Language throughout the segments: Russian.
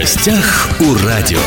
гостях у радио.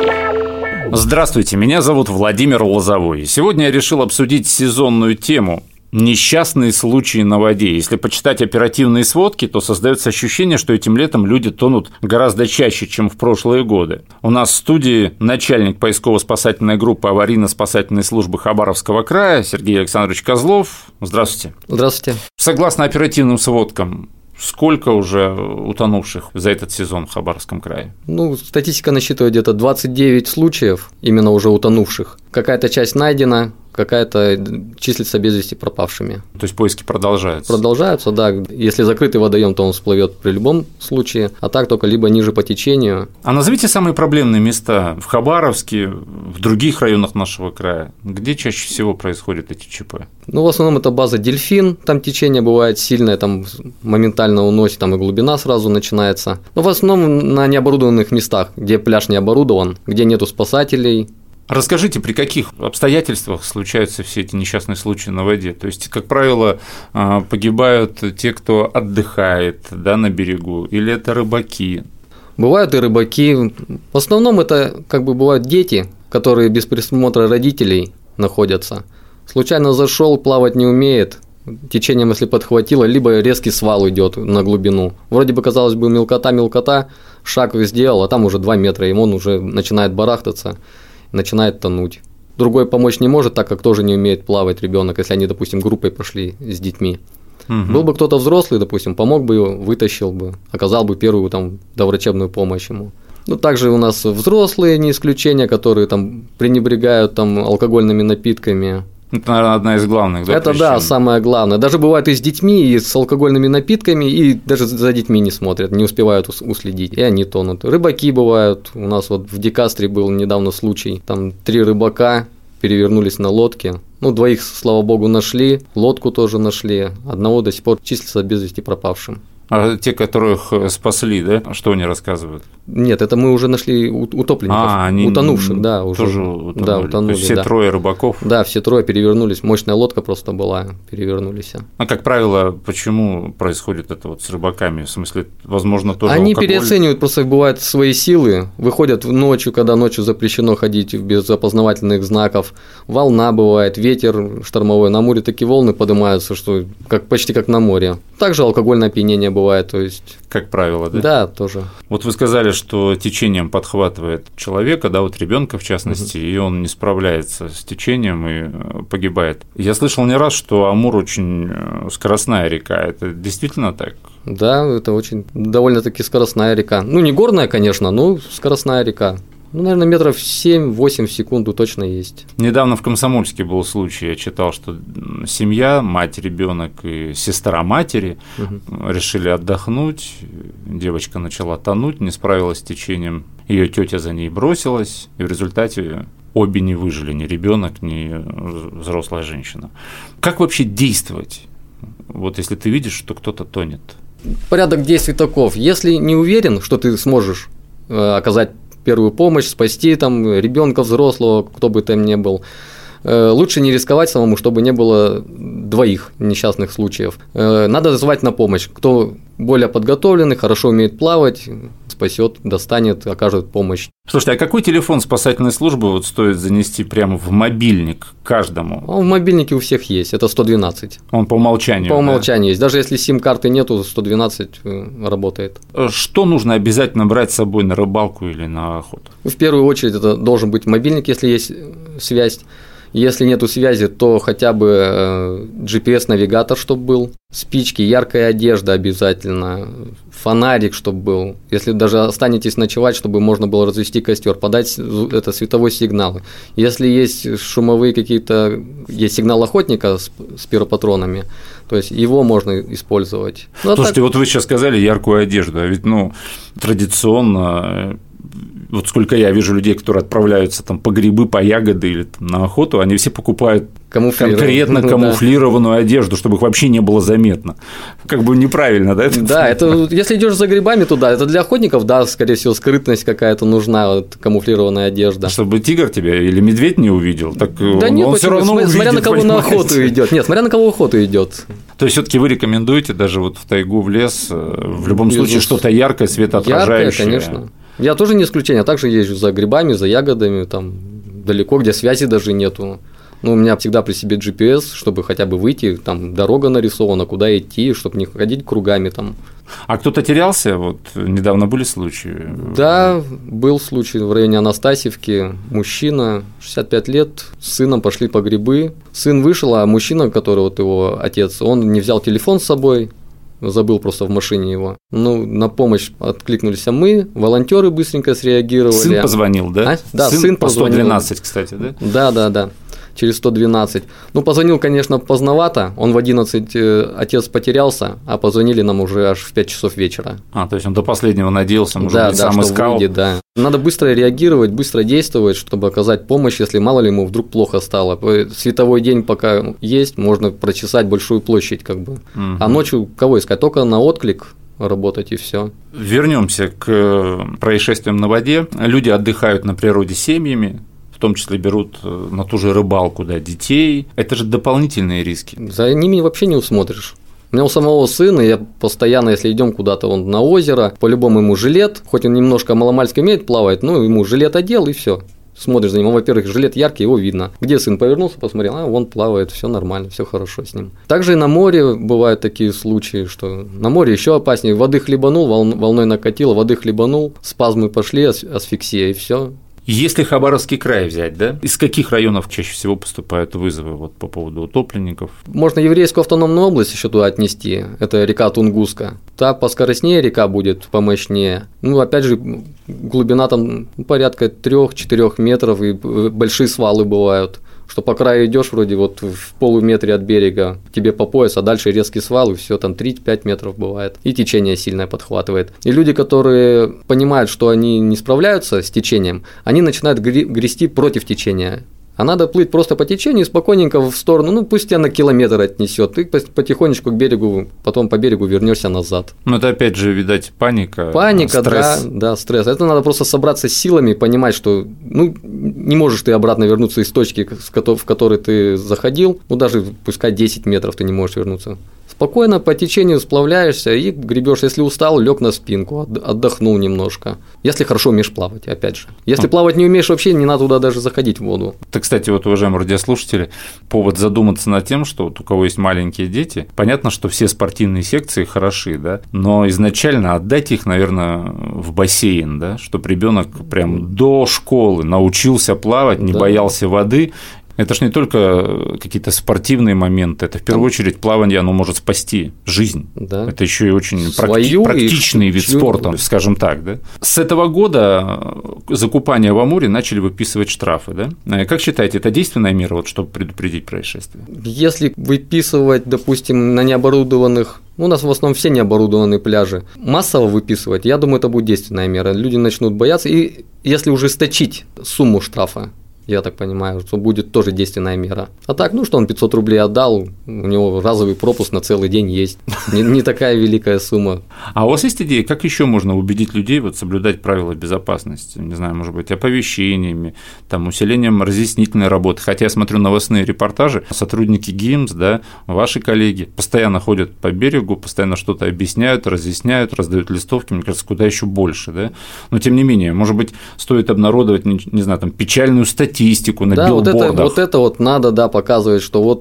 Здравствуйте, меня зовут Владимир Лозовой. Сегодня я решил обсудить сезонную тему – несчастные случаи на воде. Если почитать оперативные сводки, то создается ощущение, что этим летом люди тонут гораздо чаще, чем в прошлые годы. У нас в студии начальник поисково-спасательной группы аварийно-спасательной службы Хабаровского края Сергей Александрович Козлов. Здравствуйте. Здравствуйте. Согласно оперативным сводкам, сколько уже утонувших за этот сезон в Хабаровском крае? Статистика насчитывает где-то 29 случаев именно уже утонувших. Какая-то часть найдена, какая-то числится без вести пропавшими. То есть поиски продолжаются? Продолжаются, да. Если закрытый водоем, то он всплывет при любом случае, а так только либо ниже по течению. А назовите самые проблемные места в Хабаровске, в других районах нашего края, где чаще всего происходят эти ЧП? В основном это база «Дельфин», там течение бывает сильное, там моментально уносит, там и глубина сразу начинается. Но в основном на необорудованных местах, где пляж не оборудован, где нету спасателей. Расскажите, при каких обстоятельствах случаются все эти несчастные случаи на воде? То есть, как правило, погибают те, кто отдыхает, на берегу, или это рыбаки? Бывают и рыбаки. В основном это бывают дети, которые без присмотра родителей находятся. Случайно зашел, плавать не умеет, течением если подхватило, либо резкий свал идет на глубину. Вроде бы, казалось бы, мелкота, шаг сделал, а там уже 2 метра, и он уже начинает барахтаться, начинает тонуть. Другой помочь не может, так как тоже не умеет плавать ребенок, если они, допустим, группой пошли с детьми. Угу. Был бы кто-то взрослый, допустим, помог бы его, вытащил бы, оказал бы первую доврачебную помощь ему. Также у нас взрослые, не исключение, которые пренебрегают алкогольными напитками. Это, наверное, одна из главных, Это причин. Да, самое главное. Даже бывает и с детьми, и с алкогольными напитками, и даже за детьми не смотрят, не успевают уследить, и они тонут. Рыбаки бывают. У нас в Дикастре был недавно случай, 3 рыбака перевернулись на лодке. 2, слава богу, нашли, лодку тоже нашли, одного до сих пор числится без вести пропавшим. А те, которых спасли, что они рассказывают? Нет, это мы уже нашли утопленников, они утонувших, да, уже. Тоже утонули. Да, утонули. То есть все 3 рыбаков? Да, все 3 перевернулись, мощная лодка просто была, перевернулись. А как правило, почему происходит это с рыбаками? В смысле, возможно, тоже они алкоголь? Переоценивают просто, бывает, свои силы, выходят ночью, когда ночью запрещено ходить без опознавательных знаков, волна бывает, ветер штормовой, на море такие волны поднимаются, что почти как на море. Также алкогольное опьянение бывает, то есть… Как правило, да? Да, тоже. Вы сказали, что течением подхватывает человека, ребенка в частности, и он не справляется с течением и погибает. Я слышал не раз, что Амур очень скоростная река. Это действительно так? Да, это очень довольно-таки скоростная река. Не горная, конечно, но скоростная река. Наверное, метров 7-8 в секунду точно есть. Недавно в Комсомольске был случай, я читал, что семья, мать, ребенок и сестра матери решили отдохнуть, девочка начала тонуть, не справилась с течением, ее тетя за ней бросилась, и в результате обе не выжили, ни ребенок, ни взрослая женщина. Как вообще действовать, если ты видишь, что кто-то тонет? Порядок действий таков. Если не уверен, что ты сможешь оказать первую помощь, спасти ребенка, взрослого, кто бы там ни был, лучше не рисковать самому, чтобы не было 2 несчастных случаев. Надо звать на помощь. Кто более подготовленный, хорошо умеет плавать, спасет, достанет, окажет помощь. Слушайте, а какой телефон спасательной службы стоит занести прямо в мобильник каждому? Он в мобильнике у всех есть, это 112. Он по умолчанию? По умолчанию есть. Даже если сим-карты нету, 112 работает. Что нужно обязательно брать с собой на рыбалку или на охоту? В первую очередь это должен быть мобильник, если есть связь. Если нету связи, то хотя бы GPS-навигатор, чтобы был, спички, яркая одежда обязательно, фонарик, чтобы был. Если даже останетесь ночевать, чтобы можно было развести костер, подать световой сигнал. Если есть шумовые какие-то, есть сигнал охотника с пиропатронами, то есть его можно использовать. Слушайте, вы сейчас сказали яркую одежду, а ведь традиционно вот сколько я вижу людей, которые отправляются там по грибы, по ягоды или там, на охоту, они все покупают конкретно камуфлированную одежду, чтобы их вообще не было заметно. Как бы неправильно, да? Да, это если идешь за грибами туда, это для охотников, да, скорее всего, скрытность какая-то нужна, вот, камуфлированная одежда. Чтобы тигр тебя или медведь не увидел, так да он нет, все равно увидит. Смотря на кого на охоту идет. Нет, смотря на кого охоту идет. То есть все-таки вы рекомендуете даже вот в тайгу, в лес, в любом случае что-то яркое, светоотражающее? Яркое, конечно. Я тоже не исключение, а также езжу за грибами, за ягодами, там далеко, где связи даже нету. Ну, у меня всегда при себе GPS, чтобы хотя бы выйти, там дорога нарисована, куда идти, чтобы не ходить кругами там. А кто-то терялся? Вот недавно были случаи? Да, был случай в районе Анастасьевки. Мужчина, 65 лет, с сыном пошли по грибы. Сын вышел, а мужчина, который вот его отец, он не взял телефон с собой, забыл просто в машине его. Ну, на помощь откликнулись мы, волонтеры быстренько среагировали. Сын позвонил, да? А? Да, сын по позвонил. 112, кстати, да? Да. Через 112. Ну, позвонил, конечно, поздновато. Он в 11 отец потерялся, а позвонили нам уже аж в 5 часов вечера. То есть он до последнего надеялся, может быть, сам что искал. Выйдет, да. Надо быстро реагировать, быстро действовать, чтобы оказать помощь, если мало ли ему вдруг плохо стало. Световой день пока есть, можно прочесать большую площадь, как бы. А ночью кого искать? Только на отклик работать и все. Вернемся к происшествиям на воде. Люди отдыхают на природе семьями, в том числе берут на ту же рыбалку, да, детей. Это же дополнительные риски. За ними вообще не усмотришь. У меня у самого сына, я постоянно, если идем куда-то он на озеро, по-любому ему жилет, хоть он немножко маломальски умеет плавать, но ему жилет одел и все. Смотришь за ним, во-первых, жилет яркий, его видно. Где сын повернулся, посмотрел, он плавает, все нормально, все хорошо с ним. Также и на море бывают такие случаи, что на море еще опаснее. Воды хлебанул, волной накатило, воды хлебанул, спазмы пошли, асфиксия и все. Если Хабаровский край взять, да, из каких районов чаще всего поступают вызовы вот по поводу утопленников? Можно Еврейскую автономную область еще туда отнести, это река Тунгуска. Та поскоростнее река будет, помощнее. Ну, опять же, глубина там порядка 3-4 метров, и большие свалы бывают. Что по краю идешь вроде вот в полуметре от берега, тебе по пояс, а дальше резкий свал, и все там 3-5 метров бывает. И течение сильное подхватывает. И люди, которые понимают, что они не справляются с течением, они начинают грести против течения. А надо плыть просто по течению, спокойненько в сторону, ну пусть тебя на километр отнесет, ты потихонечку к берегу, потом по берегу вернешься назад. Ну это опять же, видать, паника, стресс. Да, стресс. Это надо просто собраться с силами, понимать, что не можешь ты обратно вернуться из точки, в которой ты заходил, даже пускай 10 метров ты не можешь вернуться. Спокойно по течению сплавляешься и гребешь. Если устал, лег на спинку, отдохнул немножко. Если хорошо умеешь плавать, опять же. Если плавать не умеешь, вообще не надо туда даже заходить в воду. Это, кстати, вот, уважаемые радиослушатели, повод задуматься над тем, что вот у кого есть маленькие дети, понятно, что все спортивные секции хороши, да, но изначально отдайте их, наверное, в бассейн, да, чтобы ребенок прям до школы научился плавать, не боялся воды. Это ж не только какие-то спортивные моменты, это в первую очередь плавание, оно может спасти жизнь. Да. Это еще и очень практичный вид спорта, скажем так. Да? С этого года за купание в Амуре начали выписывать штрафы. Да? Как считаете, это действенная мера, вот, чтобы предупредить происшествие? Если выписывать, допустим, на необорудованных, у нас в основном все необорудованные пляжи, массово выписывать, я думаю, это будет действенная мера. Люди начнут бояться, и если ужесточить сумму штрафа, я так понимаю, что будет тоже действенная мера. А так, что он 500 рублей отдал, у него разовый пропуск на целый день есть. Не такая великая сумма. А у вас есть идеи, как еще можно убедить людей соблюдать правила безопасности? Не знаю, может быть, оповещениями, усилением разъяснительной работы. Хотя я смотрю новостные репортажи, сотрудники ГИМС, да, ваши коллеги постоянно ходят по берегу, постоянно что-то объясняют, разъясняют, раздают листовки, мне кажется, куда еще больше, да? Но тем не менее, может быть, стоит обнародовать, не знаю, печальную статистику на билбордах. Вот это надо, показывать, что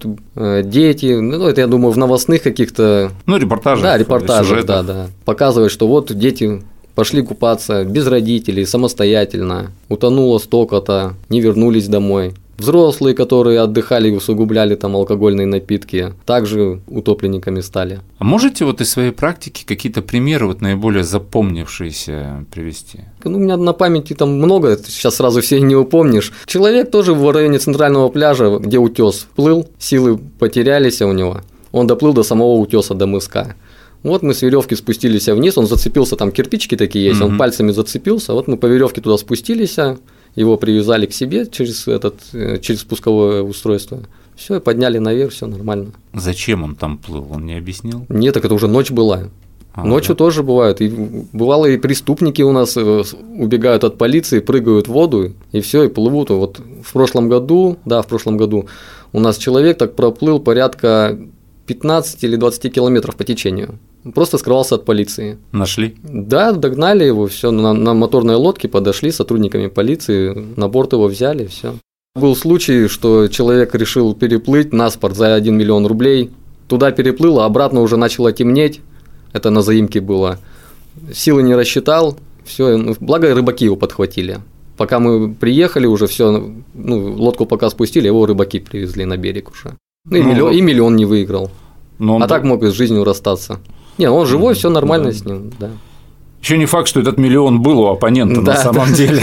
дети, это, я думаю, в новостных каких-то… репортажах. Да, репортажах, да. Показывать, что дети пошли купаться без родителей, самостоятельно, утонуло столько-то, не вернулись домой. Взрослые, которые отдыхали и усугубляли алкогольные напитки, также утопленниками стали. А можете из своей практики какие-то примеры наиболее запомнившиеся привести? У меня на памяти много, сейчас сразу все не упомнишь. Человек тоже в районе центрального пляжа, где утес, плыл, силы потерялись у него. Он доплыл до самого утеса, до мыска. Мы с веревки спустились вниз, он зацепился, кирпичики такие есть, он пальцами зацепился, мы по веревке туда спустились, его привязали к себе через спусковое устройство. Все, и подняли наверх, все нормально. Зачем он там плыл? Он не объяснил? Нет, так это уже ночь была. Ночью тоже бывает. И бывало, и преступники у нас убегают от полиции, прыгают в воду, и все, и плывут. В прошлом году у нас человек так проплыл порядка 15 или 20 километров по течению. Просто скрывался от полиции. Нашли? Да, догнали его, все на моторной лодке подошли с сотрудниками полиции, на борт его взяли, все. Был случай, что человек решил переплыть на спорт за 1 миллион рублей. Туда переплыл, а обратно уже начало темнеть. Это на заимке было. Силы не рассчитал, все. Благо рыбаки его подхватили. Пока мы приехали, уже все, лодку пока спустили, его рыбаки привезли на берег уже. И миллион не выиграл. Так мог и с жизнью расстаться. Не, он живой, все нормально с ним, да. Еще не факт, что этот миллион был у оппонента на самом деле.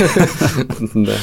Да.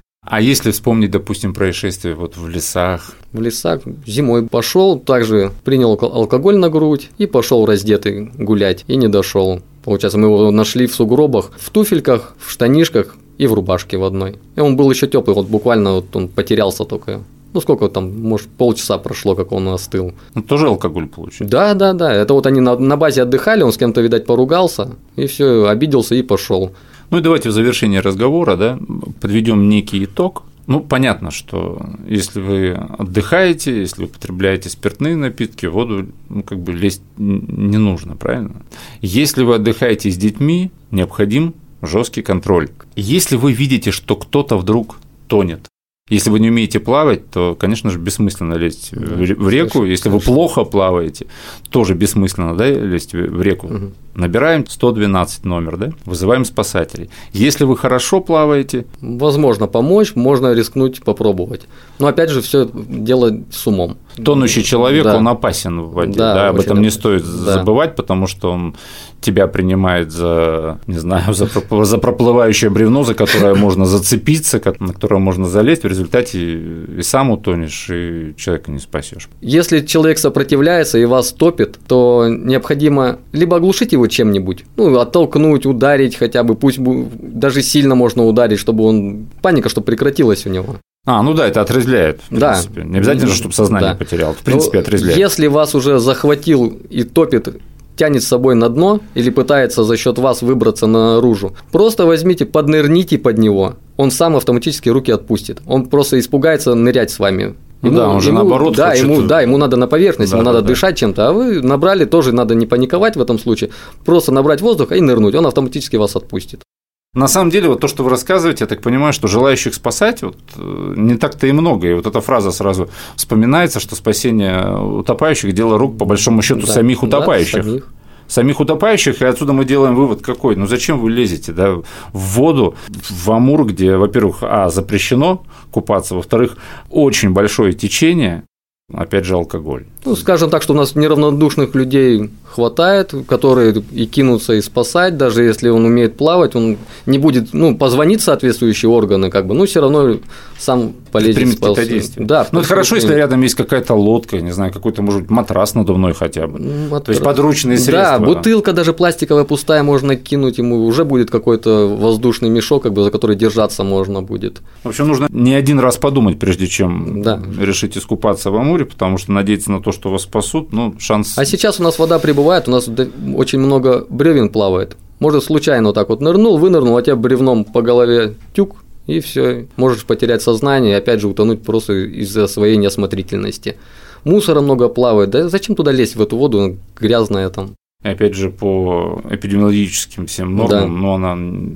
А если вспомнить, допустим, происшествие вот в лесах? В лесах зимой пошел, также принял алкоголь на грудь и пошел раздетый гулять, и не дошел. Получается, мы его нашли в сугробах, в туфельках, в штанишках и в рубашке в одной. И он был еще теплый, вот буквально он потерялся только. Сколько там, может, полчаса прошло, как он остыл. Тоже алкоголь получил? Да. Это вот они на базе отдыхали, он с кем-то, видать, поругался, и все, обиделся и пошел. И давайте в завершение разговора, подведем некий итог. Понятно, что если вы отдыхаете, если вы употребляете спиртные напитки, в воду лезть не нужно, правильно? Если вы отдыхаете с детьми, необходим жесткий контроль. Если вы видите, что кто-то вдруг тонет, если вы не умеете плавать, то, конечно же, бессмысленно лезть в реку. Если вы плохо плаваете, тоже бессмысленно лезть в реку. Угу. Набираем 112 номер, вызываем спасателей. Если вы хорошо плаваете… Возможно помочь, можно рискнуть, попробовать. Но опять же, все дело с умом. Тонущий человек, он опасен в воде. Об этом не стоит забывать, потому что он тебя принимает за, не знаю, за проплывающее бревно, за которое можно зацепиться, на которое можно залезть. В результате и сам утонешь, и человека не спасешь. Если человек сопротивляется и вас топит, то необходимо либо оглушить его чем-нибудь, оттолкнуть, ударить хотя бы, пусть даже сильно можно ударить, чтобы паника, чтобы прекратилась у него. Это отрезвляет, в принципе. Не обязательно, чтобы сознание потерял, в принципе, отрезвляет. Если вас уже захватил и топит, тянет с собой на дно или пытается за счет вас выбраться наружу, просто возьмите, поднырните под него, он сам автоматически руки отпустит, он просто испугается нырять с вами. Он же наоборот хочет… ему надо на поверхность, ему надо дышать чем-то, а вы набрали, тоже надо не паниковать в этом случае, просто набрать воздуха и нырнуть, он автоматически вас отпустит. На самом деле, то, что вы рассказываете, я так понимаю, что желающих спасать не так-то и много. И эта фраза сразу вспоминается, что спасение утопающих – дело рук, по большому счету, самих утопающих. Самих утопающих, и отсюда мы делаем вывод какой? Зачем вы лезете в воду, в Амур, где, во-первых, запрещено купаться, во-вторых, очень большое течение, опять же, алкоголь. Скажем так, что у нас неравнодушных людей хватает, которые и кинутся и спасать, даже если он умеет плавать, он не будет, позвонит в соответствующие органы, все равно сам полезет. Примет какие-то действия. Да. Это хорошо, если рядом есть какая-то лодка, не знаю, какой-то, может быть, матрас надувной хотя бы. То есть подручные средства. Да, бутылка даже пластиковая пустая можно кинуть, ему уже будет какой-то воздушный мешок, за который держаться можно будет. В общем, нужно не один раз подумать, прежде чем решить искупаться в Амуре, потому что надеяться на то, что вас спасут, шанс… А сейчас у нас вода прибывает, у нас очень много бревен плавает. Может, случайно нырнул, вынырнул, а тебя бревном по голове тюк, и все, можешь потерять сознание и опять же утонуть просто из-за своей неосмотрительности. Мусора много плавает, да зачем туда лезть в эту воду, грязная там. И опять же, по эпидемиологическим всем нормам, она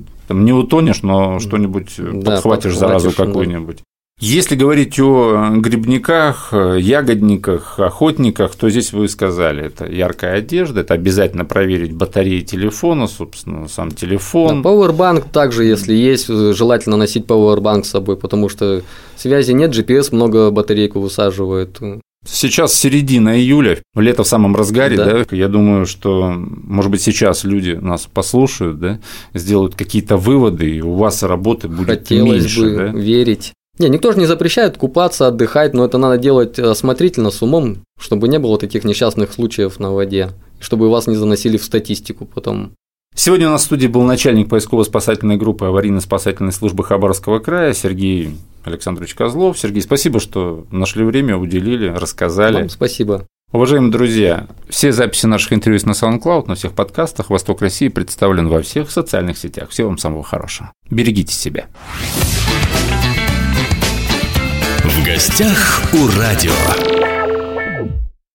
не утонешь, но что-нибудь подхватишь заразу какую-нибудь. Если говорить о грибниках, ягодниках, охотниках, то здесь вы сказали, это яркая одежда, это обязательно проверить батареи телефона, собственно, сам телефон. Powerbank также, если есть, желательно носить Powerbank с собой, потому что связи нет, GPS много батарейку высаживает. Сейчас середина июля, лето в самом разгаре, я думаю, что, может быть, сейчас люди нас послушают, сделают какие-то выводы, и у вас работы будет меньше. Хотелось бы верить. Никто же не запрещает купаться, отдыхать, но это надо делать осмотрительно, с умом, чтобы не было таких несчастных случаев на воде, чтобы вас не заносили в статистику потом. Сегодня у нас в студии был начальник поисково-спасательной группы аварийно-спасательной службы Хабаровского края Сергей Александрович Козлов. Сергей, спасибо, что нашли время, уделили, рассказали. Вам спасибо. Уважаемые друзья, все записи наших интервью на SoundCloud, на всех подкастах «Восток России» представлен во всех социальных сетях. Всего вам самого хорошего. Берегите себя. В гостях у радио.